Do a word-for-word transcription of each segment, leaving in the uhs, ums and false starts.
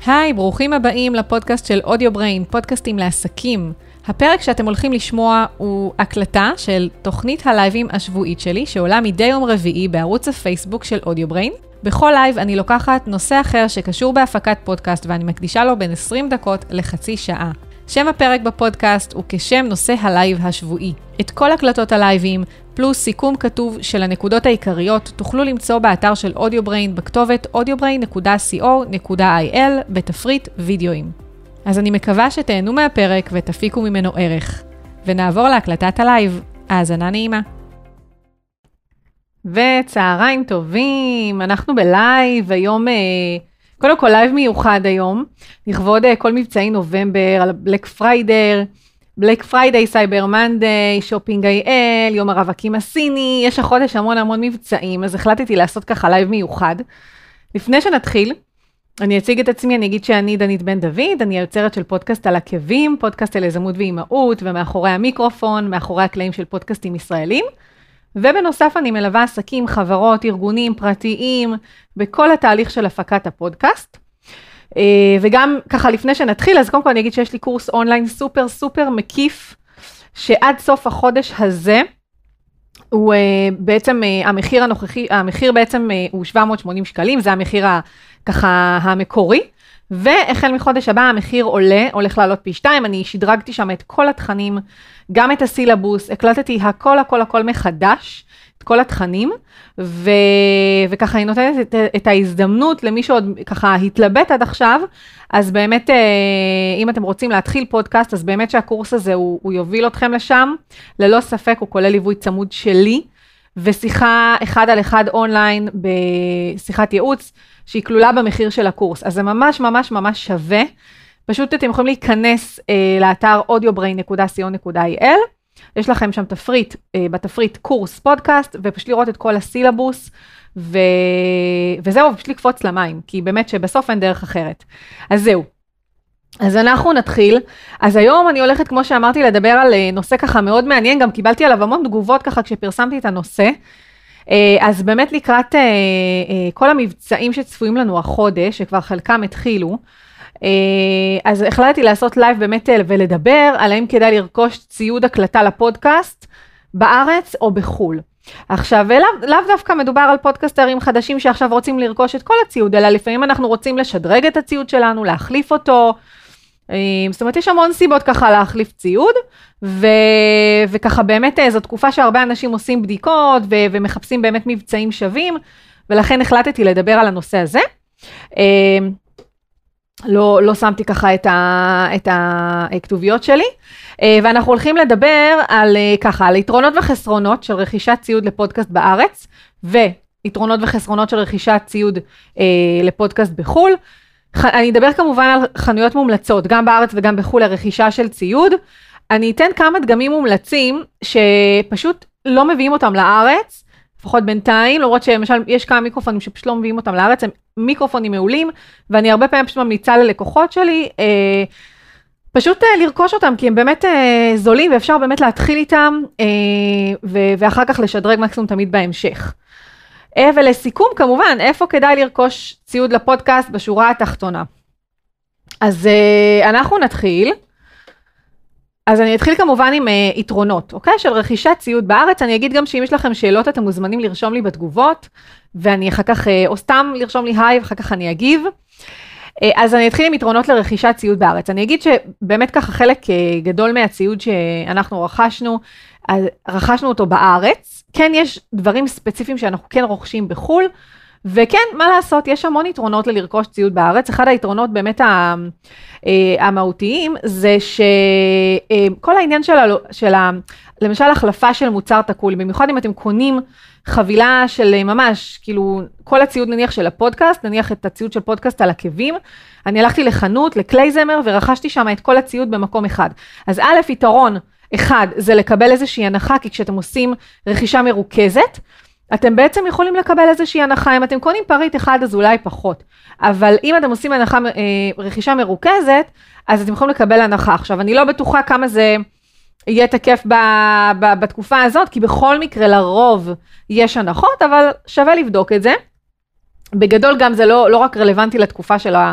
היי, ברוכים הבאים לפודקאסט של אודיובריין, פודקאסטים לעסקים. הפרק שאתם הולכים לשמוע הוא הקלטה של תוכנית הלייבים השבועית שלי, שעולה מדי יום רביעי בערוץ הפייסבוק של אודיובריין. בכל לייב אני לוקחת נושא אחר שקשור בהפקת פודקאסט, ואני מקדישה לו בין עשרים דקות לחצי שעה. שם הפרק בפודקאסט הוא כשם נושא הלייב השבועי. את כל הקלטות הלייבים, פלוס סיכום כתוב של הנקודות העיקריות, תוכלו למצוא באתר של אודיובריין בכתובת אודיובריין נקודה סי או נקודה איי אל בתפריט וידאוים. אז אני מקווה שתהנו מהפרק ותפיקו ממנו ערך. ונעבור להקלטת הלייב. האזנה נעימה. וצהריים טובים, אנחנו בלייב, היום, קודם כל לייב מיוחד היום, לכבוד כל מבצעי נובמבר, על בלק פריידר, בלק פריידיי, סייבר מנדיי, שופינג איי אל, יום הרווקים הסיני, יש החודש המון המון מבצעים, אז החלטתי לעשות ככה לייב מיוחד. לפני שנתחיל, אני אציג את עצמי, אני אגיד שאני דנית בן דוד, אני היוצרת של פודקאסט על עקבים, פודקאסט על יזמות ואימהות, ומאחורי המיקרופון, מאחורי הקלעים של פודקאסטים ישראלים, ובנוסף אני מלווה עסקים, חברות, ארגונים, פרטיים, בכל התהליך של הפקת הפודקאסט. וגם ככה לפני שנתחיל, אז קודם כל אני אגיד שיש לי קורס אונליין סופר סופר מקיף, שעד סוף החודש הזה, הוא בעצם המחיר הנוכחי, המחיר בעצם הוא שבע מאות ושמונים שקלים, זה המחיר ככה המקורי, והחל מחודש הבא המחיר עולה, הולך לעלות פי שתיים, אני שדרגתי שם את כל התכנים, גם את הסילבוס, הקלטתי הכל הכל הכל מחדש, את כל התכנים, ו... וככה אני נותנת את, את ההזדמנות למי שעוד ככה התלבט עד עכשיו, אז באמת אם אתם רוצים להתחיל פודקאסט, אז באמת שהקורס הזה הוא, הוא יוביל אתכם לשם, ללא ספק הוא כולל ליווי צמוד שלי, ושיחה אחד על אחד אונליין בשיחת ייעוץ, שהיא כלולה במחיר של הקורס, אז זה ממש ממש ממש שווה, פשוט אתם יכולים להיכנס אה, לאתר אודיובריין נקודה סי או נקודה איי אל, יש לכם שם תפריט, אה, בתפריט קורס פודקאסט, ופשוט לראות את כל הסילבוס, ו... וזהו, פשוט לקפוץ למים, כי באמת שבסוף אין דרך אחרת. אז זהו. אז אנחנו נתחיל, אז היום אני הולכת, כמו שאמרתי, לדבר על נושא ככה מאוד מעניין, גם קיבלתי עליו המון תגובות ככה כשפרסמתי את הנושא, אז באמת לקראת כל המבצעים שצפויים לנו החודש, שכבר חלקם התחילו, אז החלטתי לעשות לייב באמת ולדבר על האם כדאי לרכוש ציוד הקלטה לפודקאסט בארץ או בחול. עכשיו, לאו, לאו דווקא מדובר על פודקאסטרים חדשים שעכשיו רוצים לרכוש את כל הציוד, אלא לפעמים אנחנו רוצים לשדרג את הציוד שלנו, להחליף אותו, זאת אומרת, יש המון סיבות ככה להחליף ציוד, ו... וככה באמת זו תקופה שהרבה אנשים עושים בדיקות, ו... ומחפשים באמת מבצעים שווים, ולכן החלטתי לדבר על הנושא הזה. לא, לא שמתי ככה את, ה... את הכתוביות שלי, ואנחנו הולכים לדבר על ככה, על יתרונות וחסרונות של רכישת ציוד לפודקאסט בארץ, ויתרונות וחסרונות של רכישת ציוד לפודקאסט בחול. אני אדבר כמובן על חנויות מומלצות, גם בארץ וגם בחול לרכישה של ציוד. אני אתן כמה דגמים מומלצים שפשוט לא מביאים אותם לארץ, לפחות בינתיים, למרות שלמשל יש כמה מיקרופונים שפשוט לא מביאים אותם לארץ, הם מיקרופונים מעולים, ואני הרבה פעמים פשוט ממליצה ללקוחות שלי, אה, פשוט אה, לרכוש אותם, כי הם באמת אה, זולים, ואפשר באמת להתחיל איתם, אה, ו- ואחר כך לשדרג מקסימום תמיד בהמשך. ולסיכום כמובן, איפה כדאי לרכוש ציוד לפודקאסט בשורה התחתונה. אז אנחנו נתחיל. אז אני אתחיל כמובן עם יתרונות, אוקיי? של רכישת ציוד בארץ. אני אגיד גם שאם יש לכם שאלות, אתם מוזמנים לרשום לי בתגובות, ואני אחר כך, או סתם לרשום לי היי, ואחר כך אני אגיב. אז אני אתחיל עם יתרונות לרכישת ציוד בארץ. אני אגיד שבאמת ככה חלק גדול מהציוד שאנחנו רכשנו, רכשנו אותו בארץ. כן, יש דברים ספציפיים שאנחנו כן רוכשים בחול, וכן, מה לעשות, יש המון יתרונות ללרכוש ציוד בארץ. אחד היתרונות באמת המהותיים, זה שכל העניין של, של למשל החלפה של מוצר תקול, במיוחד אם אתם קונים חבילה של ממש, כאילו, כל הציוד נניח של הפודקאסט, נניח את הציוד של פודקאסט על עקבים, אני הלכתי לחנות, לכלי זמר, ורכשתי שם את כל הציוד במקום אחד. אז א', יתרון אחד, זה לקבל איזושהי הנחה, כי כשאתם עושים רכישה מרוכזת, אתם בעצם יכולים לקבל איזושהי הנחה, אם אתם קונים פריט אחד, אז אולי פחות. אבל אם אתם עושים הנחה, רכישה מרוכזת, אז אתם יכולים לקבל הנחה. עכשיו, אני לא בטוחה כמה זה יהיה תקף ב, ב, בתקופה הזאת, כי בכל מקרה לרוב יש הנחות, אבל שווה לבדוק את זה. בגדול גם זה לא, לא רק רלוונטי לתקופה של, ה,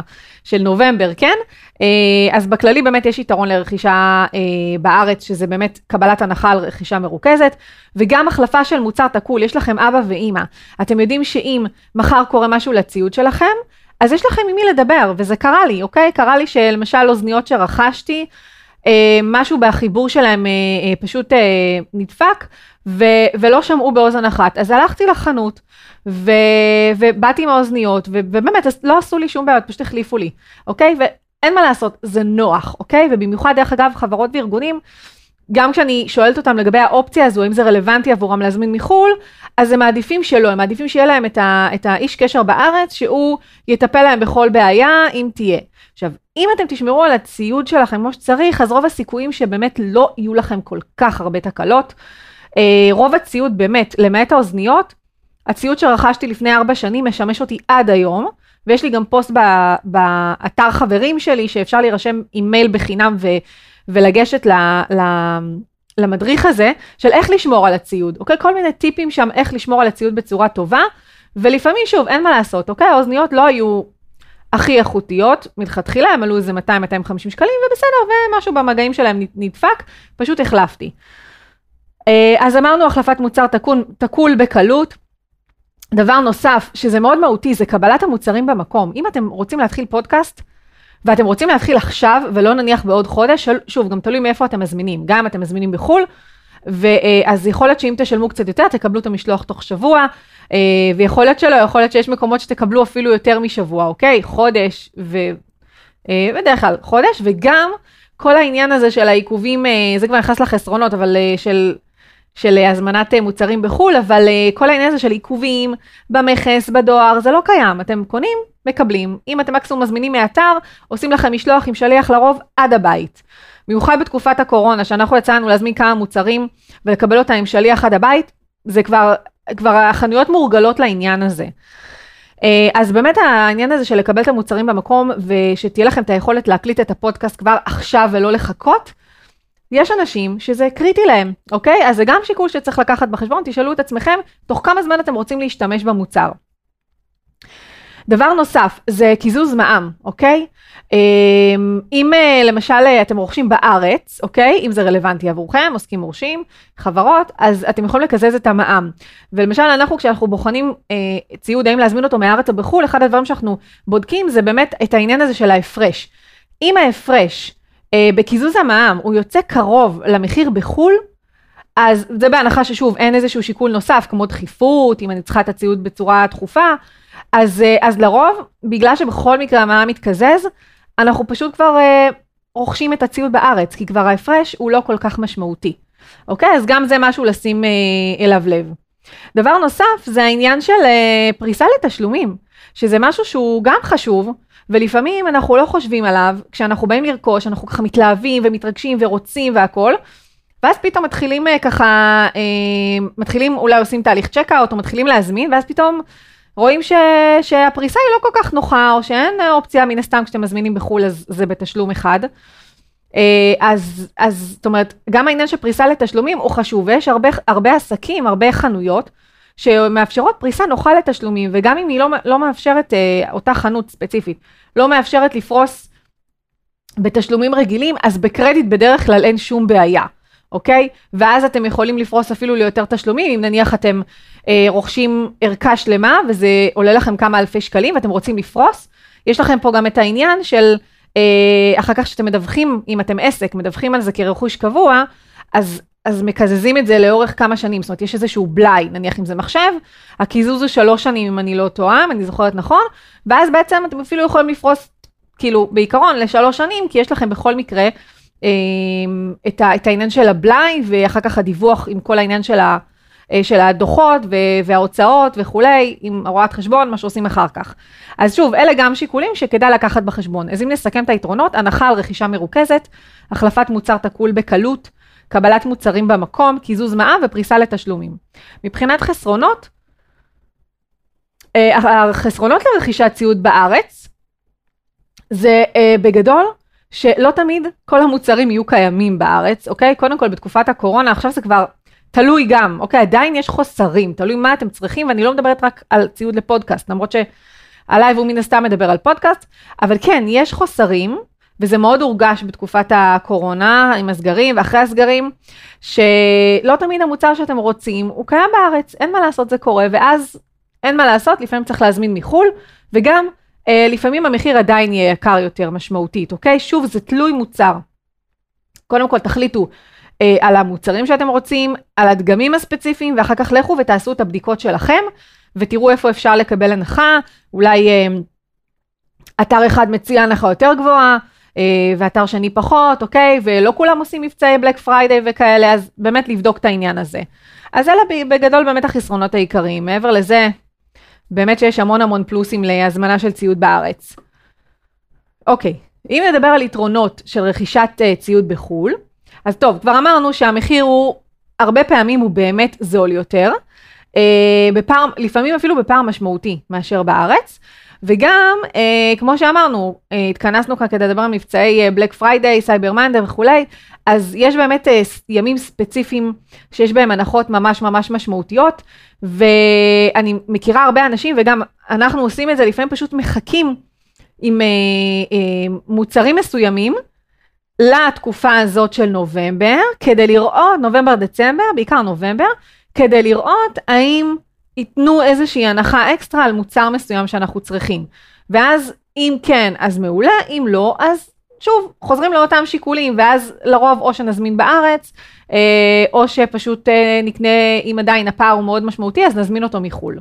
של נובמבר, כן? אז בכללי באמת יש יתרון לרכישה בארץ, שזה באמת קבלת הנחה על רכישה מרוכזת, וגם החלפה של מוצר תקול, יש לכם אבא ואמא. אתם יודעים שאם מחר קורה משהו לציוד שלכם, אז יש לכם עם מי לדבר, וזה קרה לי, אוקיי? קרה לי שלמשל אוזניות שרכשתי, משהו בחיבור שלהם פשוט נדפק, ולא שמעו באוזן אחת. אז הלכתי לחנות, ובאתי עם האוזניות, ובאמת לא עשו לי שום בעיות, פשוט החליפו לי, אוקיי? ואין מה לעשות, זה נוח, אוקיי? ובמיוחד דרך אגב חברות וארגונים, גם כשאני שואלת אותם לגבי האופציה הזו, אם זה רלוונטי עבורם להזמין מחול, אז הם מעדיפים שלא, הם מעדיפים שיהיה להם את, ה, את האיש קשר בארץ, שהוא יטפל להם בכל בעיה, אם תהיה. עכשיו, אם אתם תשמרו על הציוד שלכם כמו שצריך, אז רוב הסיכויים שבאמת לא יהיו לכם כל כך הרבה תקלות. רוב הציוד באמת, למעט האוזניות, הציוד שרכשתי לפני ארבע שנים משמש אותי עד היום, ויש לי גם פוסט באתר חברים שלי, שאפשר להירשם עם מייל בחינם ו... ולגשת ל, ל, למדריך הזה, של איך לשמור על הציוד, אוקיי? כל מיני טיפים שם, איך לשמור על הציוד בצורה טובה, ולפעמים שוב, אין מה לעשות, אוקיי? האוזניות לא היו הכי איכותיות, מלכתחילה הם עלו איזה מאתיים עד מאתיים וחמישים שקלים, ובסדר, ומשהו במגעים שלהם נדפק, פשוט החלפתי. אז אמרנו, החלפת מוצר תקול, תקול בקלות. דבר נוסף, שזה מאוד מהותי, זה קבלת המוצרים במקום. אם אתם רוצים להתחיל פודקאסט, ואתם רוצים להתחיל עכשיו, ולא נניח בעוד חודש, שוב, גם תלוי מאיפה אתם מזמינים, גם אם אתם מזמינים בחול, אז יכול להיות שאם תשלמו קצת יותר, תקבלו את המשלוח תוך שבוע, ויכול להיות שלא, יכול להיות שיש מקומות שתקבלו אפילו יותר משבוע, אוקיי? חודש, ובדרך כלל חודש, וגם כל העניין הזה של העיכובים, זה כבר נכנס לחסרונות, אבל של... של הזמנת מוצרים בחול, אבל כל העניין הזה של עיכובים במכס, בדואר, זה לא קיים. אתם קונים, מקבלים. אם אתם מקסימום מזמינים מאתר, עושים לכם משלוח עם שליח לרוב עד הבית. מיוחד בתקופת הקורונה, שאנחנו יצאנו להזמין כמה מוצרים ולקבל אותם עם שליח עד הבית, זה כבר, כבר החנויות מורגלות לעניין הזה. אז באמת העניין הזה של לקבל את המוצרים במקום, ושתהיה לכם את היכולת להקליט את הפודקאסט כבר עכשיו ולא לחכות, יש אנשים שזה קריטי להם, אוקיי? אז זה גם שיקול שצריך לקחת בחשבון, תשאלו את עצמכם, תוך כמה זמן אתם רוצים להשתמש במוצר. דבר נוסף, זה קיזוז מע"מ, אוקיי? אם למשל אתם רוכשים בארץ, אוקיי? אם זה רלוונטי עבורכם, עוסקים מורשים, חברות, אז אתם יכולים לקזז את המע"מ. ולמשל אנחנו, כשאנחנו בוחנים ציוד, האם להזמין אותו מהארץ או בחול, אחד הדברים שאנחנו בודקים זה באמת את העניין הזה של ההפרש. אם ההפרש בקיזוז המע"מ הוא יוצא קרוב למחיר בחול, אז זה בהנחה ששוב אין איזשהו שיקול נוסף, כמו דחיפות, אם אני צריכה את הציוד בצורה דחופה, אז, אז לרוב, בגלל שבכל מקרה המע"מ מתקזז, אנחנו פשוט כבר אה, רוכשים את הציוד בארץ, כי כבר ההפרש הוא לא כל כך משמעותי. אוקיי? אז גם זה משהו לשים אה, אליו לב. דבר נוסף, זה העניין של אה, פריסה לתשלומים, שזה משהו שהוא גם חשוב, ולפעמים אנחנו לא חושבים עליו, כשאנחנו באים לרכוש, אנחנו ככה מתלהבים ומתרגשים ורוצים והכל, ואז פתאום מתחילים ככה, אה, מתחילים אולי עושים תהליך צ'קאוט, או מתחילים להזמין, ואז פתאום רואים ש, שהפריסה היא לא כל כך נוחה, או שאין אופציה מן הסתם כשאתם מזמינים בחול, אז זה בתשלום אחד. אה, אז, אז זאת אומרת, גם העניין של פריסה לתשלומים הוא חשוב, ויש הרבה, הרבה עסקים, הרבה חנויות, שמאפשרות פריסה נוחה לתשלומים, וגם אם היא לא, לא מאפשרת, אה, אותה חנות ספציפית, לא מאפשרת לפרוס בתשלומים רגילים, אז בקרדיט בדרך כלל אין שום בעיה, אוקיי? ואז אתם יכולים לפרוס אפילו ליותר תשלומים, אם נניח אתם אה, רוכשים ערכה שלמה, וזה עולה לכם כמה אלפי שקלים, ואתם רוצים לפרוס, יש לכם פה גם את העניין של, אה, אחר כך שאתם מדווחים, אם אתם עסק, מדווחים על זה כרכוש קבוע, אז אז מקזזים את זה לאורך כמה שנים, זאת אומרת, יש איזשהו בלאי, נניח אם זה מחשב, הקיזוז הוא שלוש שנים אם אני לא טועה, אם אני זוכרת נכון, ואז בעצם אתם אפילו יכולים לפרוס, כאילו, בעיקרון לשלוש שנים, כי יש לכם בכל מקרה אה, את, ה, את העניין של הבלאי, ואחר כך הדיווח עם כל העניין של, ה, אה, של הדוחות וההוצאות וכולי, עם הוראת חשבון, מה שעושים אחר כך. אז שוב, אלה גם שיקולים שכדאי לקחת בחשבון. אז אם נסכם את היתרונות, הנחה על רכישה מרוכזת, החלפת מוצר תקול בקלות, קבלת מוצרים במקום, קיזוז מע"מ ופריסה לתשלומים. מבחינת חסרונות, החסרונות לרכישת ציוד בארץ, זה בגדול שלא תמיד כל המוצרים יהיו קיימים בארץ, אוקיי? קודם כל בתקופת הקורונה, עכשיו זה כבר תלוי גם, אוקיי? עדיין יש חוסרים, תלוי מה אתם צריכים, ואני לא מדברת רק על ציוד לפודקאסט, למרות הלייב הוא מן הסתם מדבר על פודקאסט, אבל כן, יש חוסרים, וזה מאוד הורגש בתקופת הקורונה, עם הסגרים ואחרי הסגרים, שלא תמיד המוצר שאתם רוצים, הוא קיים בארץ, אין מה לעשות, זה קורה, ואז אין מה לעשות, לפעמים צריך להזמין מחול, וגם אה, לפעמים המחיר עדיין יהיה יקר יותר משמעותית, אוקיי? שוב, זה תלוי מוצר. קודם כל תחליטו אה, על המוצרים שאתם רוצים, על הדגמים הספציפיים, ואחר כך לכו ותעשו את הבדיקות שלכם, ותראו איפה אפשר לקבל הנחה, אולי אה, אתר אחד מציע הנחה יותר גבוהה, ואתר שני פחות, אוקיי? ולא כולם עושים מבצעי בלק פריידיי וכאלה, אז באמת לבדוק את העניין הזה. אז אלה בגדול באמת החסרונות העיקריים. מעבר לזה, באמת שיש המון המון פלוסים להזמנה של ציוד בארץ. אוקיי, אם נדבר על יתרונות של רכישת ציוד בחול, אז טוב, כבר אמרנו שהמחיר הוא, הרבה פעמים הוא באמת זול יותר, בפער, לפעמים אפילו בפער משמעותי מאשר בארץ, וגם, אה, כמו שאמרנו, אה, התכנסנו כאן כדי לדבר על מבצעי בלק פריידיי, סייבר מנדי וכולי, אז יש באמת אה, ימים ספציפיים שיש בהם הנחות ממש ממש משמעותיות, ואני מכירה הרבה אנשים, וגם אנחנו עושים את זה, לפעמים פשוט מחכים עם אה, אה, מוצרים מסוימים, לתקופה הזאת של נובמבר, כדי לראות, נובמבר דצמבר, בעיקר נובמבר, כדי לראות האם ייתנו איזושהי הנחה אקסטרה על מוצר מסוים שאנחנו צריכים. ואז אם כן, אז מעולה, אם לא, אז שוב, חוזרים לאותם שיקולים, ואז לרוב או שנזמין בארץ, או שפשוט נקנה, אם עדיין הפער הוא מאוד משמעותי, אז נזמין אותו מחול.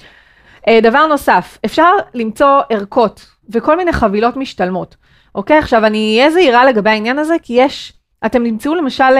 דבר נוסף, אפשר למצוא ערכות וכל מיני חבילות משתלמות. אוקיי, עכשיו אני אהיה זהירה לגבי העניין הזה, כי יש, אתם נמצאו למשל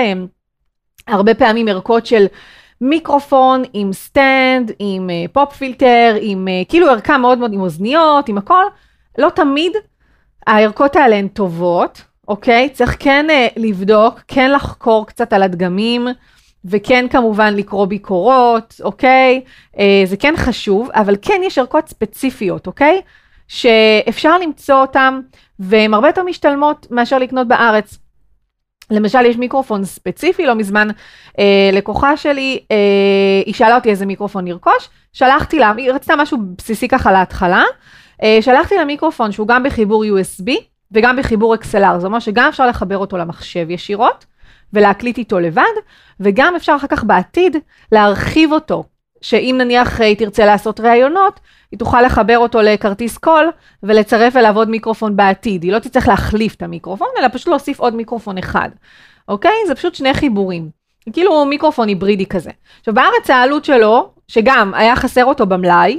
הרבה פעמים ערכות של מיקרופון עם סטנד, עם פופ פילטר, עם כאילו ערכה מאוד מאוד עם אוזניות, עם הכל. לא תמיד הערכות האלה הן טובות, אוקיי? צריך כן לבדוק, כן לחקור קצת על הדגמים, וכן כמובן לקרוא ביקורות, אוקיי? זה כן חשוב, אבל כן יש ערכות ספציפיות, אוקיי? שאפשר למצוא אותם, והן הרבה יותר משתלמות מאשר לקנות בארץ. למשל, יש מיקרופון ספציפי, לא מזמן אה, לקוחה שלי, אה, היא שאלה אותי איזה מיקרופון לרכוש, שלחתי לה, היא רצתה משהו בסיסי ככה להתחלה, אה, שלחתי לה מיקרופון שהוא גם בחיבור יו אס בי, וגם בחיבור אקס אל אר, זאת אומרת שגם אפשר לחבר אותו למחשב ישירות, ולהקליט איתו לבד, וגם אפשר אחר כך בעתיד להרחיב אותו, שאם נניח היא תרצה לעשות ראיונות, היא תוכל לחבר אותו לכרטיס קול, ולצרף אליו עוד מיקרופון בעתיד. היא לא תצטרך להחליף את המיקרופון, אלא פשוט להוסיף עוד מיקרופון אחד. אוקיי? זה פשוט שני חיבורים. כאילו מיקרופון היברידי כזה. עכשיו, בארץ העלות שלו, שגם היה חסר אותו במלאי,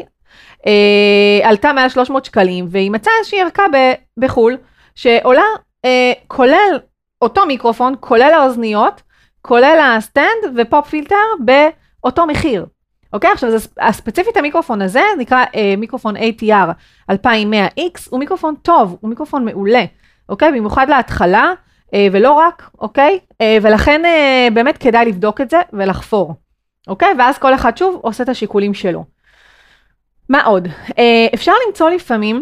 אה, עלתה מעל שלוש מאות שקלים, והיא מצאה איזושהי ערכה בחול, שעולה, אה, כולל אותו מיקרופון, כולל האוזניות, כולל הסטנד ופופ פילטר, באותו מחיר. אוקיי, עכשיו, הספציפית המיקרופון הזה, נקרא אה, מיקרופון איי טי אר אלפיים ומאה אקס, הוא מיקרופון טוב, הוא מיקרופון מעולה, אוקיי, במיוחד להתחלה, אה, ולא רק, אוקיי, אה, ולכן אה, באמת כדאי לבדוק את זה ולחפור, אוקיי, ואז כל אחד שוב עושה את השיקולים שלו. מה עוד? אה, אפשר למצוא לפעמים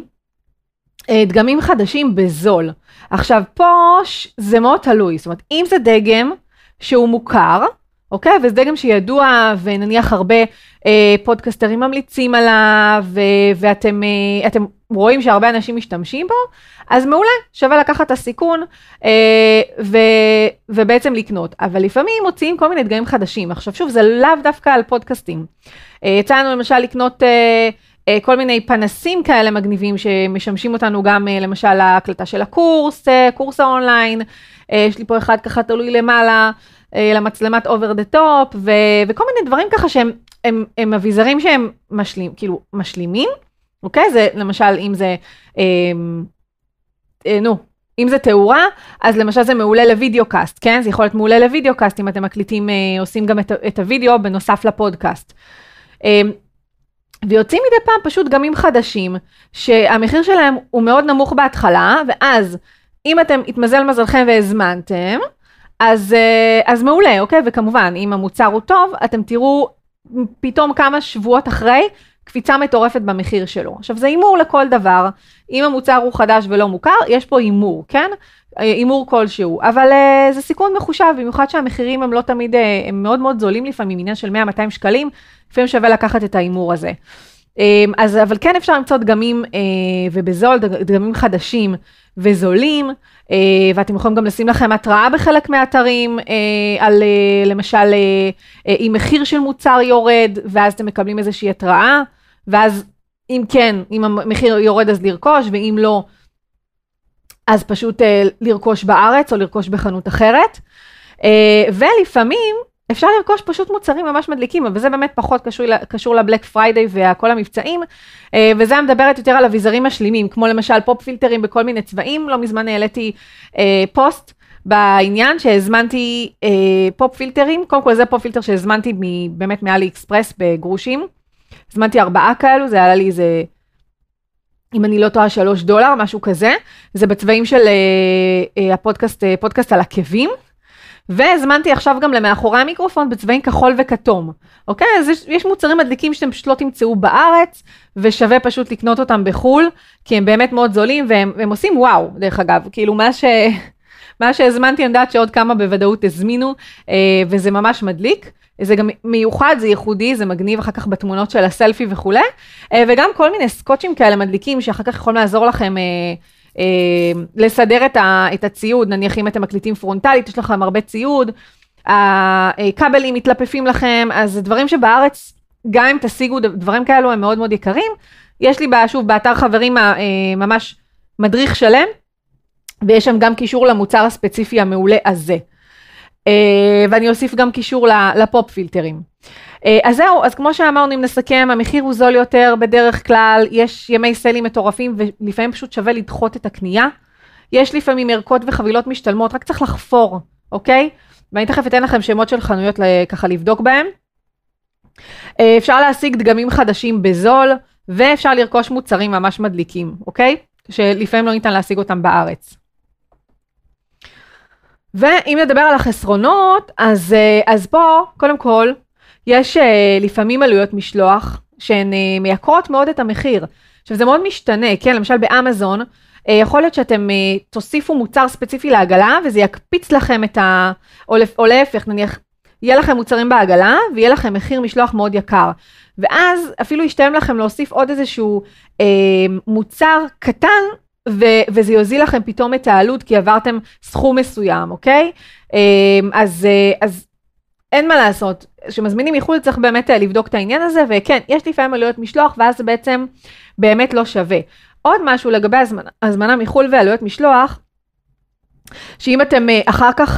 אה, דגמים חדשים בזול. עכשיו, פה זה מאוד תלוי, זאת אומרת, אם זה דגם שהוא מוכר, אוקיי? וזה דגם שידוע, ונניח הרבה אה, פודקסטרים ממליצים עליו, ו- ואתם אה, אתם רואים שהרבה אנשים משתמשים בו, אז מעולה, שווה לקחת את הסיכון, אה, ו- ובעצם לקנות. אבל לפעמים מוציאים כל מיני דגמים חדשים. עכשיו שוב, זה לאו דווקא על פודקאסטים. אה, יצאנו למשל לקנות אה, אה, כל מיני פנסים כאלה מגניבים, שמשמשים אותנו גם אה, למשל להקלטה של הקורס, אה, קורס האונליין, אה, יש לי פה אחד ככה תלוי למעלה, למצלמת over the top, ו- וכל מיני דברים ככה שהם הם, הם אביזרים שהם משלים, כאילו משלימים, אוקיי? זה למשל אם זה, אה, אה, נו, אם זה תאורה, אז למשל זה מעולה לוידאו קאסט, כן? זה יכול להיות מעולה לוידאו קאסט, אם אתם מקליטים, אה, עושים גם את, את הוידאו בנוסף לפודקאסט. אה, ויוצאים מדי פעם פשוט דגמים חדשים, שהמחיר שלהם הוא מאוד נמוך בהתחלה, ואז אם אתם התמזל מזלכם והזמנתם, אז, אז מעולה, אוקיי? וכמובן, אם המוצר הוא טוב, אתם תראו פתאום כמה שבועות אחרי, קפיצה מטורפת במחיר שלו. עכשיו, זה אימור לכל דבר. אם המוצר הוא חדש ולא מוכר, יש פה אימור, כן? אימור כלשהו. אבל זה סיכון מחושב, במיוחד שהמחירים הם לא תמיד, הם מאוד מאוד זולים לפעמים, עניין של מאה מאתיים שקלים, לפעמים שווה לקחת את האימור הזה. אז, אבל כן אפשר למצוא דגמים, ובזול, דגמים חדשים וזולים, ואתם יכולים גם לשים לכם התראה בחלק מהאתרים, על למשל, אם מחיר של מוצר יורד, ואז אתם מקבלים איזושהי התראה, ואז אם כן, אם המחיר יורד אז לרכוש, ואם לא, אז פשוט לרכוש בארץ או לרכוש בחנות אחרת. ולפעמים אפשר לרכוש פשוט מוצרים ממש מדליקים, אבל זה באמת פחות קשור, קשור לבלק פריידיי וכל המבצעים, וזה מדברת יותר על אביזרים משלימים, כמו למשל פופ פילטרים בכל מיני צבעים. לא מזמן העליתי פוסט בעניין שהזמנתי פופ פילטרים, קודם כל זה פופ פילטר שהזמנתי באמת מאלי אקספרס בגרושים, הזמנתי ארבעה כאלו, זה עלה לי איזה, אם אני לא טועה, שלוש דולר, משהו כזה, זה בצבעים של הפודקאסט, פודקאסט על עקבים, והזמנתי עכשיו גם למאחורי המיקרופון בצבעים כחול וכתום, אוקיי? אז יש, יש מוצרים מדליקים שאתם פשוט לא תמצאו בארץ, ושווה פשוט לקנות אותם בחול, כי הם באמת מאוד זולים, והם, והם עושים וואו, דרך אגב, כאילו מה ש... מה שהזמנתי, אני יודעת שעוד כמה בוודאות הזמינו, וזה ממש מדליק, זה גם מיוחד, זה ייחודי, זה מגניב אחר כך בתמונות של הסלפי וכו', וגם כל מיני סקוטשים כאלה מדליקים, שאחר כך יכולים לעזור לכם לסדר את הציוד, נניח אם אתם מקליטים פרונטלית, יש לכם הרבה ציוד, הכבלים מתלפפים לכם, אז דברים שבארץ, גם אם תשיגו דברים כאלו, הם מאוד מאוד יקרים. יש לי שוב באתר חברים ממש מדריך שלם, ויש שם גם קישור למוצר הספציפי המעולה הזה. ואני אוסיף גם קישור לפופ פילטרים. אז זהו, אז כמו שאמרנו, אם נסכם, המחיר הוא זול יותר בדרך כלל, יש ימי סלים מטורפים, ולפעמים פשוט שווה לדחות את הקנייה. יש לפעמים ערכות וחבילות משתלמות, רק צריך לחפור, אוקיי? ואני תכף אתן לכם שמות של חנויות ככה לבדוק בהם. אפשר להשיג דגמים חדשים בזול, ואפשר לרכוש מוצרים ממש מדליקים, אוקיי? שלפעמים לא ניתן להשיג אותם בארץ. ואם נדבר על החסרונות, אז, אז פה, קודם כל, יש לפעמים עלויות משלוח, שהן מייקרות מאוד את המחיר. עכשיו, זה מאוד משתנה, כן? למשל באמזון, יכול להיות שאתם תוסיפו מוצר ספציפי לעגלה, וזה יקפיץ לכם את ה... או להפך, נניח, יהיה לכם מוצרים בעגלה, ויהיה לכם מחיר משלוח מאוד יקר. ואז אפילו ישתלם לכם להוסיף עוד איזשהו אה, מוצר קטן, ו- וזה יוזיל לכם פתאום את העלות, כי עברתם סכום מסוים, אוקיי? אז, אז אין מה לעשות. כשמזמינים מחו"ל צריך באמת לבדוק את העניין הזה, וכן, יש לפעמים עלויות משלוח, ואז זה בעצם באמת לא שווה. עוד משהו לגבי הזמנה, הזמנה מחו"ל ועלויות משלוח, שאם אתם אחר כך,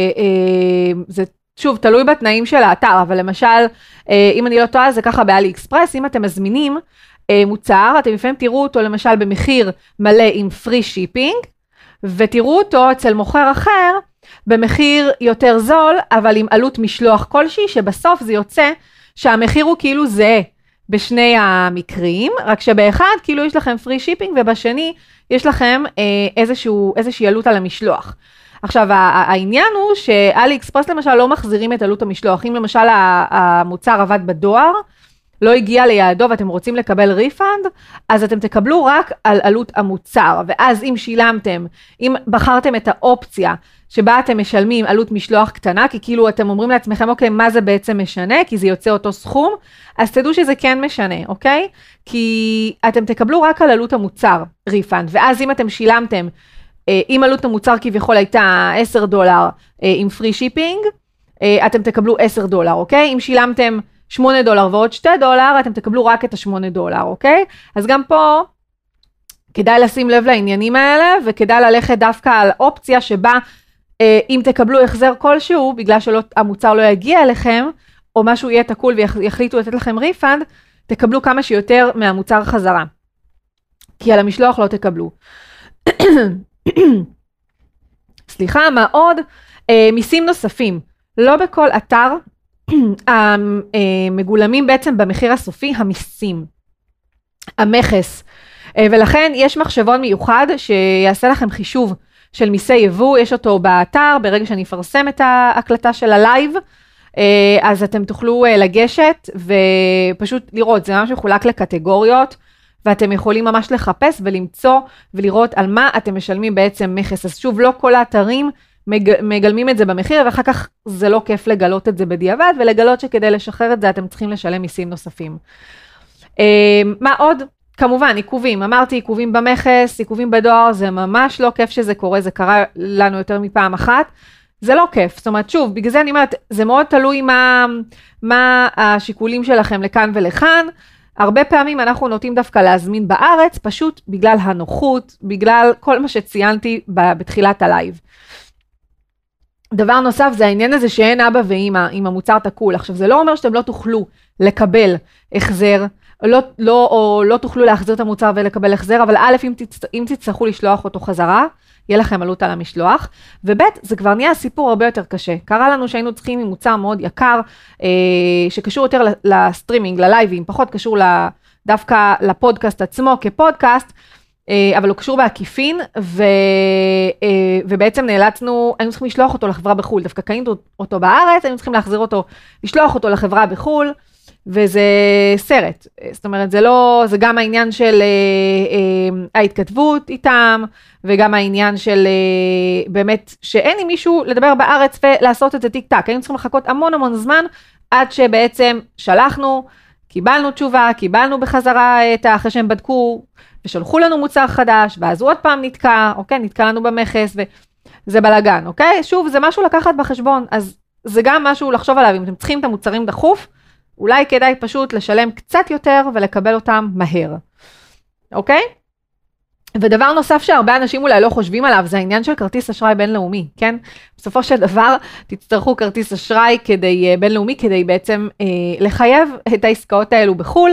זה שוב תלוי בתנאים של האתר, אבל למשל, אם אני לא טועה, זה ככה באלי אקספרס, אם אתם מזמינים, מוצר, אתם לפעמים תראו אותו למשל במחיר מלא עם פרי שיפינג, ותראו אותו אצל מוכר אחר במחיר יותר זול, אבל עם עלות משלוח כלשהי, שבסוף זה יוצא שהמחיר הוא כאילו זהה בשני המקרים, רק שבאחד כאילו יש לכם פרי שיפינג, ובשני יש לכם איזשהו, איזושהי עלות על המשלוח. עכשיו, העניין הוא שאלי אקספרס למשל לא מחזירים את עלות המשלוח. אם למשל המוצר עבד בדואר, לא הגיע ליעדו ואתם רוצים לקבל ריפנד, אז אתם תקבלו רק על עלות המוצר, ואז אם שילמתם, אם בחרתם את האופציה שבה אתם משלמים עלות משלוח קטנה, כי כאילו אתם אומרים לעצמכם, אוקיי, מה זה בעצם משנה? כי זה יוצא אותו סכום, אז תדעו שזה כן משנה, אוקיי? כי אתם תקבלו רק על עלות המוצר ריפנד, ואז אם אתם שילמתם, אם עלות המוצר כביכול הייתה עשרה דולר עם פרי שיפינג, אתם תקבלו עשרה דולר, אוקיי? אם שילמתם שמונה דולר ועוד שתי דולר, אתם תקבלו רק את השמונה דולר, אוקיי? אז גם פה, כדאי לשים לב לעניינים האלה, וכדאי ללכת דווקא על אופציה שבה, אה, אם תקבלו החזר כלשהו, בגלל שהמוצר לא יגיע אליכם, או משהו יהיה תקול ויחליטו לתת לכם ריפנד, תקבלו כמה שיותר מהמוצר חזרה. כי על המשלוח לא תקבלו. סליחה, מה עוד? אה, מיסים נוספים. לא בכל אתר, המגולמים בעצם במחיר הסופי, המיסים, המכס, ולכן יש מחשבון מיוחד שיעשה לכם חישוב של מיסי יבוא, יש אותו באתר, ברגע שאני אפרסם את ההקלטה של הלייב, אז אתם תוכלו לגשת ופשוט לראות, זה ממש מחולק לקטגוריות, ואתם יכולים ממש לחפש ולמצוא ולראות על מה אתם משלמים בעצם מכס. אז שוב, לא כל האתרים מגלמים את זה במחיר, ואחר כך זה לא כיף לגלות את זה בדיעבד, ולגלות שכדי לשחרר את זה אתם צריכים לשלם מיסים נוספים. מה עוד? כמובן, עיכובים, אמרתי עיכובים במכס, עיכובים בדואר, זה ממש לא כיף שזה קורה, זה קרה לנו יותר מפעם אחת, זה לא כיף, זאת אומרת, שוב, בגלל זה אני אומרת, זה מאוד תלוי מה, מה השיקולים שלכם לכאן ולכאן, הרבה פעמים אנחנו נוטים דווקא להזמין בארץ, פשוט בגלל הנוחות, בגלל כל מה שציינתי בתחילת הלייב. דבר נוסף זה העניין הזה שאין אבא ואמא עם המוצר תקול. עכשיו זה לא אומר שאתם לא תוכלו לקבל החזר, לא, לא, או לא תוכלו להחזיר את המוצר ולקבל החזר, אבל א', אם, תצ... אם תצטרכו לשלוח אותו חזרה, יהיה לכם עלות על המשלוח, וב' זה כבר נהיה סיפור הרבה יותר קשה. קרה לנו שהיינו צריכים עם מוצר מאוד יקר, אה, שקשור יותר לסטרימינג, ללייבים, פחות קשור דווקא לפודקאסט עצמו כפודקאסט, אבל הוא קשור בעקיפין, ו, ובעצם נאלצנו, היינו צריכים לשלוח אותו לחברה בחול, דווקא קנינו אותו בארץ, היינו צריכים להחזיר אותו, לשלוח אותו לחברה בחול, וזה סרט. זאת אומרת, זה לא, זה גם העניין של ההתכתבות איתם, וגם העניין של באמת, שאין עם מישהו לדבר בארץ ולעשות את זה טיק טק. היינו צריכים לחכות המון המון זמן, עד שבעצם שלחנו, קיבלנו תשובה, קיבלנו בחזרה את אחרי שהם בדקו, ושלחו לנו מוצר חדש, ואז הוא עוד פעם נתקע, אוקיי? נתקע לנו במכס, וזה בלגן, אוקיי? שוב, זה משהו לקחת בחשבון, אז זה גם משהו לחשוב עליו, אם אתם צריכים את המוצרים דחוף, אולי כדאי פשוט לשלם קצת יותר, ולקבל אותם מהר, אוקיי? ודבר נוסף שהרבה אנשים אולי לא חושבים עליו, זה העניין של כרטיס אשראי בינלאומי, כן? בסופו של דבר, תצטרכו כרטיס אשראי כדי, בינלאומי, כדי בעצם אה, לחייב את העסקאות האלו בחול,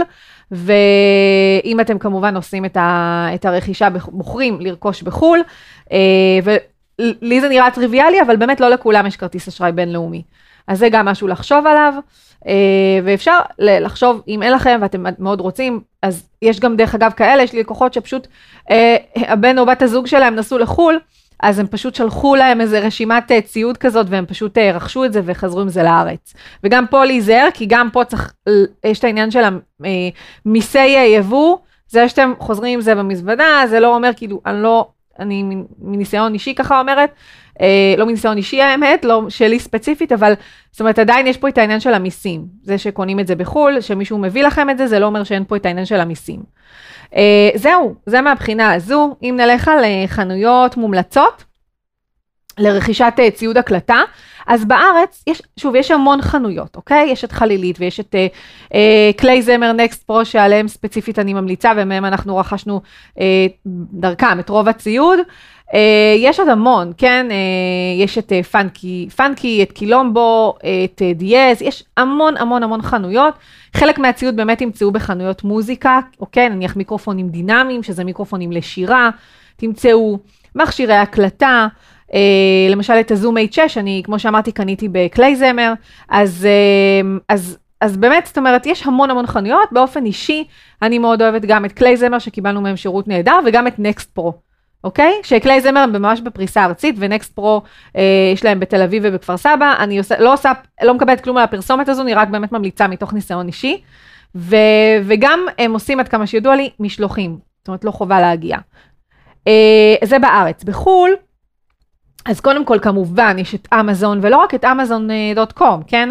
ואם אתם כמובן עושים את, ה, את הרכישה, בוחרים לרכוש בחול, אה, ולי זה נראה טריוויאלי, אבל באמת לא לכולם יש כרטיס אשראי בינלאומי. אז זה גם משהו לחשוב עליו, ואפשר לחשוב, אם אין לכם ואתם מאוד רוצים, אז יש גם דרך אגב כאלה, יש לי לקוחות שפשוט הבן או בת הזוג שלהם נסעו לחול, אז הם פשוט שלחו להם איזה רשימת ציוד כזאת, והם פשוט רכשו את זה וחזרו עם זה לארץ. וגם פה להיזהר, כי גם פה צריך, יש את העניין של מיסי יבוא, זה שאתם חוזרים עם זה במזוודה, זה לא אומר כאילו, אני לא, אני מניסיון אישי ככה אומרת, לא מניסיון אישי האמת, לא שלי ספציפית, אבל זאת אומרת עדיין יש פה את העניין של המיסים, זה שקונים את זה בחול, שמישהו מביא לכם את זה, זה לא אומר שאין פה את העניין של המיסים. זהו, זה מהבחינה הזו, אם נלך על חנויות מומלצות, לרכישת ציוד הקלטה, אז בארץ, יש, שוב, יש המון חנויות, אוקיי? יש את חלילית ויש את אה, קליי זמר נקסט פרו, שעליהם ספציפית אני ממליצה, ומהם אנחנו רכשנו אה, דרכם את רוב הציוד. אה, יש עוד המון, כן? אה, יש את אה, פאנקי, פאנקי, את קילומבו, את אה, דיאז, יש המון המון המון חנויות. חלק מהציוד באמת ימצאו בחנויות מוזיקה, אוקיי? נניח מיקרופונים דינמיים, שזה מיקרופונים לשירה, תמצאו מכשירי הקלטה, Uh, למשל את הזום אייץ' שש, אני כמו שאמרתי קניתי בקליי זמר, אז, uh, אז, אז באמת זאת אומרת יש המון המון חנויות, באופן אישי אני מאוד אוהבת גם את קליי זמר שקיבלנו מהם שירות נהדר, וגם את נקסט פרו, אוקיי? שקליי זמר הם ממש בפריסה ארצית, ונקסט פרו uh, יש להם בתל אביב ובכפר סבא, אני עושה, לא, עושה, לא מקבלת כלום על הפרסומת הזו, אני רק באמת ממליצה מתוך ניסיון אישי, ו, וגם הם עושים עד כמה שידוע לי משלוחים, זאת אומרת לא חובה להגיע. Uh, זה בארץ, בחול, אז קודם כל, כמובן, יש את אמזון, ולא רק את אמזון דוט קום, כן?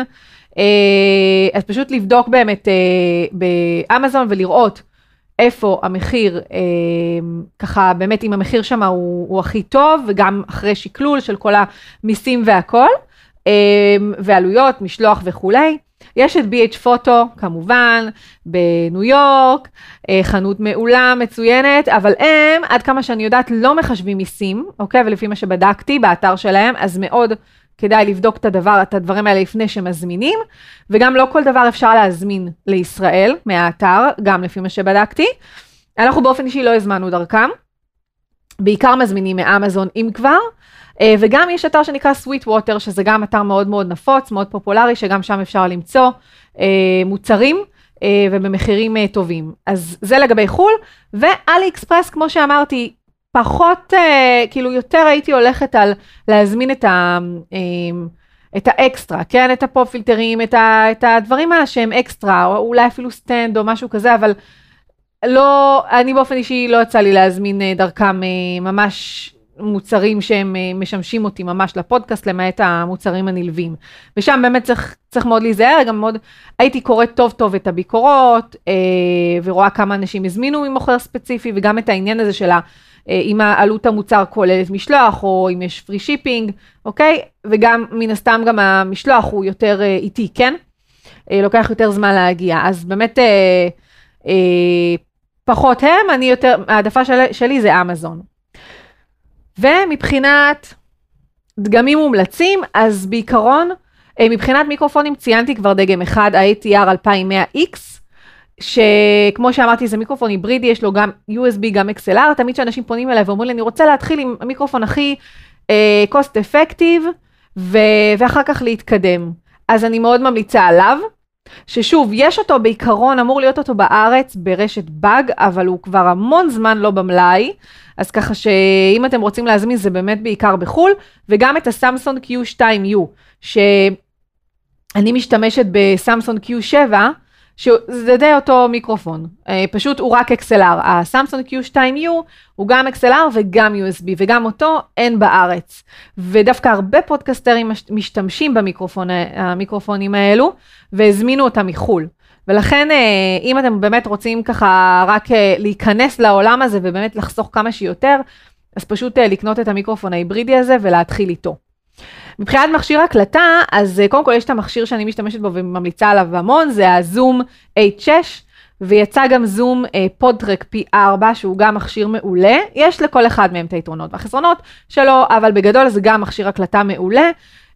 אז פשוט לבדוק באמת באמזון ולראות איפה המחיר, ככה באמת אם המחיר שם הוא, הוא הכי טוב, וגם אחרי שקלול של כל המיסים והכל, ועלויות, משלוח וכולי. יש את בי אייץ' פוטו, כמובן, בניו יורק, חנות מעולה, מצוינת, אבל הם, עד כמה שאני יודעת, לא מחשבים מיסים, אוקיי? ולפי מה שבדקתי באתר שלהם, אז מאוד כדאי לבדוק את הדבר, את הדברים האלה לפני שמזמינים, וגם לא כל דבר אפשר להזמין לישראל מהאתר, גם לפי מה שבדקתי. אנחנו באופן אישי לא הזמנו דרכם, בעיקר מזמינים מאמזון אם כבר, וגם יש אתר שנקרא Sweet Water, שזה גם אתר מאוד מאוד נפוץ, מאוד פופולרי, שגם שם אפשר למצוא מוצרים ובמחירים טובים. אז זה לגבי חול, ואלי אקספרס, כמו שאמרתי, פחות, כאילו יותר הייתי הולכת על להזמין את ה... את האקסטרה, כן? את הפופ פילטרים, את, ה, את הדברים האלה שהם אקסטרה, או אולי אפילו סטנד או משהו כזה, אבל לא, אני באופן אישי לא יצא לי להזמין דרכם ממש מוצרים שהם משמשים אותי ממש לפודקאסט, למעט המוצרים הנלווים. ושם באמת צריך, צריך מאוד להיזהר, גם מאוד הייתי קוראת טוב טוב את הביקורות, ורואה כמה אנשים הזמינו ממוכר ספציפי, וגם את העניין הזה של אם העלות המוצר כוללת משלוח, או אם יש פרי שיפינג, אוקיי? וגם מן הסתם גם המשלוח הוא יותר איטי, כן? לוקח יותר זמן להגיע. אז באמת פחות הם, אני יותר, העדפה של, שלי זה אמזון. ומבחינת דגמים מומלצים, אז בעיקרון, מבחינת מיקרופונים ציינתי כבר דגם אחד, ה-איי טי אר אלפיים מאה איקס, שכמו שאמרתי זה מיקרופון היברידי, יש לו גם יו אס בי, גם אקס אל אר, תמיד שאנשים פונים אליי ואומרים לי, אני רוצה להתחיל עם המיקרופון הכי אה, cost effective, ו- ואחר כך להתקדם. אז אני מאוד ממליצה עליו, ששוב, יש אותו בעיקרון, אמור להיות אותו בארץ ברשת באג, אבל הוא כבר המון זמן לא במלאי, אז ככה שאם אתם רוצים להזמין, זה באמת בעיקר בחול, וגם את הסמסונג קיו טו יו, שאני משתמשת בסמסונג קיו שבע, שזה די אותו מיקרופון, פשוט הוא רק אקס אל אר, הסמסונג קיו טו יו הוא גם אקס אל אר וגם יו אס בי, וגם אותו אין בארץ, ודווקא הרבה פודקסטרים משתמשים במיקרופון, המיקרופונים האלו, והזמינו אותם מחול, ולכן אם אתם באמת רוצים ככה רק להיכנס לעולם הזה, ובאמת לחסוך כמה שיותר, אז פשוט לקנות את המיקרופון ההיברידי הזה, ולהתחיל איתו. מבחינת מכשיר הקלטה, אז קודם כל יש את המכשיר שאני משתמשת בו וממליצה עליו המון, זה הזום אייץ' שש, ויצא גם זום פודטרק פי ארבע, שהוא גם מכשיר מעולה, יש לכל אחד מהם את היתרונות והחסרונות שלו, אבל בגדול זה גם מכשיר הקלטה מעולה,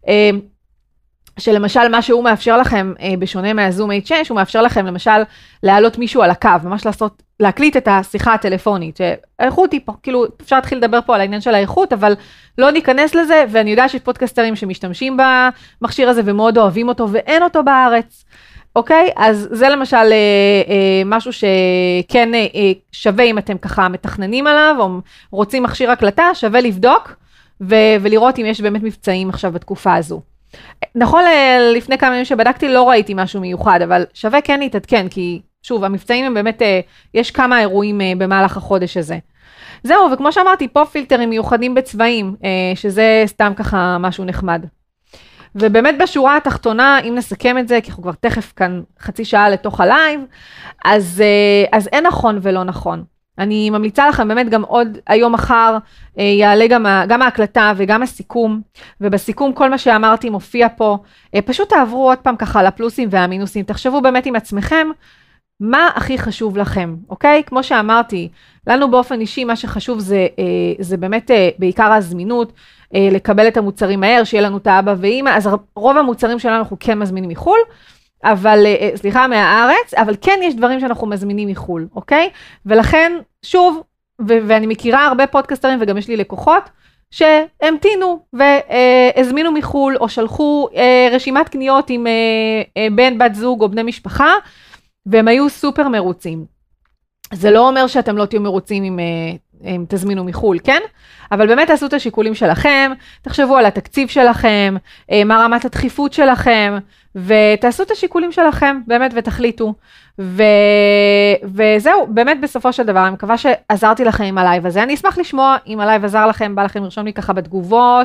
שלמשל מה שהוא מאפשר לכם, בשונה מהזום אייץ' שש, הוא מאפשר לכם למשל להעלות מישהו על הקו, ממש לעשות, להקליט את השיחה הטלפונית, שהאיכות היא, כאילו אפשר להתחיל לדבר פה על העניין של האיכות, אבל לא ניכנס לזה, ואני יודעת שיש פודקסטרים שמשתמשים במכשיר הזה, ומאוד אוהבים אותו, ואין אותו בארץ, אוקיי? אז זה למשל אה, אה, משהו שכן אה, שווה אם אתם ככה מתכננים עליו, או רוצים מכשיר הקלטה, שווה לבדוק, ו- ולראות אם יש באמת מבצעים עכשיו בתקופה הזו. נכון, לפני כמה ימים שבדקתי לא ראיתי משהו מיוחד, אבל שווה כן להתעדכן, כי שוב, המבצעים הם באמת, יש כמה אירועים במהלך החודש הזה. זהו, וכמו שאמרתי, פה פילטרים מיוחדים בצבעים, שזה סתם ככה משהו נחמד. ובאמת בשורה התחתונה, אם נסכם את זה, כי אנחנו כבר תכף כאן חצי שעה לתוך הלייב, אז, אז אין נכון ולא נכון. אני ממליצה לכם באמת גם עוד היום מחר, יעלה גם, גם ההקלטה וגם הסיכום, ובסיכום כל מה שאמרתי מופיע פה, פשוט תעברו עוד פעם ככה לפלוסים והמינוסים, תחשבו באמת עם עצמכם, מה הכי חשוב לכם, אוקיי? כמו שאמרתי, לנו באופן אישי מה שחשוב זה, זה באמת בעיקר הזמינות, לקבל את המוצרים מהר, שיהיה לנו את האבא ואמא, אז רוב המוצרים שלנו אנחנו כן מזמינים מחול, אבל, סליחה, מהארץ, אבל כן יש דברים שאנחנו מזמינים מחול, אוקיי? ולכן, שוב, ו- ואני מכירה הרבה פודקסטרים, וגם יש לי לקוחות, שהמתינו והזמינו מחול, או שלחו רשימת קניות עם בן, בת זוג או בני משפחה, והם היו סופר מרוצים. זה לא אומר שאתם לא תהיו מרוצים אם, אם תזמינו מחול, כן? אבל באמת תעשו את השיקולים שלכם, תחשבו על התקציב שלכם, מה רמת הדחיפות שלכם, ותעשו את השיקולים שלכם, באמת, ותחליטו. ו... וזהו, באמת בסופו של דבר, אני מקווה שעזרתי לכם עם הלייב הזה. אני אשמח לשמוע אם הלייב עזר לכם, בא לכם לרשום לי ככה בתגובות,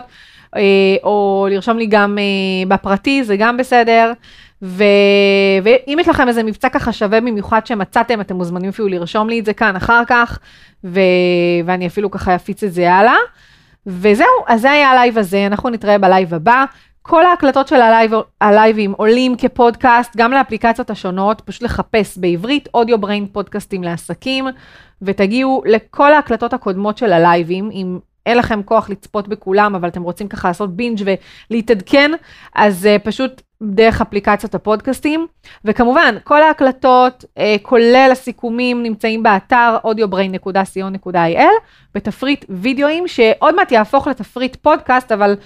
או לרשום לי גם בפרטי, זה גם בסדר. ו... ואם יש לכם איזה מבצע ככה שווה במיוחד שמצאתם, אתם מוזמנים אפילו לרשום לי את זה כאן אחר כך, ו... ואני אפילו ככה אפיץ את זה הלאה. וזהו, אז זה היה הלייב הזה, אנחנו נתראה בלייב הבא. כל ההקלטות של הלייב, הלייבים עולים כפודקאסט, גם לאפליקציות השונות, פשוט לחפש בעברית, אודיו בריין פודקאסטים לעסקים, ותגיעו לכל ההקלטות הקודמות של הלייבים, אם אין לכם כוח לצפות בכולם, אבל אתם רוצים ככה לעשות בינג' ולהתעדכן, אז uh, פשוט דרך אפליקציות הפודקאסטים, וכמובן, כל ההקלטות, uh, כולל הסיכומים, נמצאים באתר אודיו בריין נקודה סי או נקודה איי אל, בתפריט וידאוים, שעוד מעט יהפוך לתפריט פודקאסט, אבל...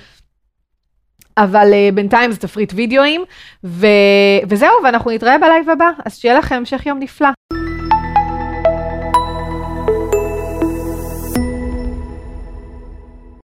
אבל uh, בינתיים זה תפריט וידאוים, ו... וזהו, ואנחנו נתראה בלייב הבא, אז שיהיה לכם המשך יום נפלא.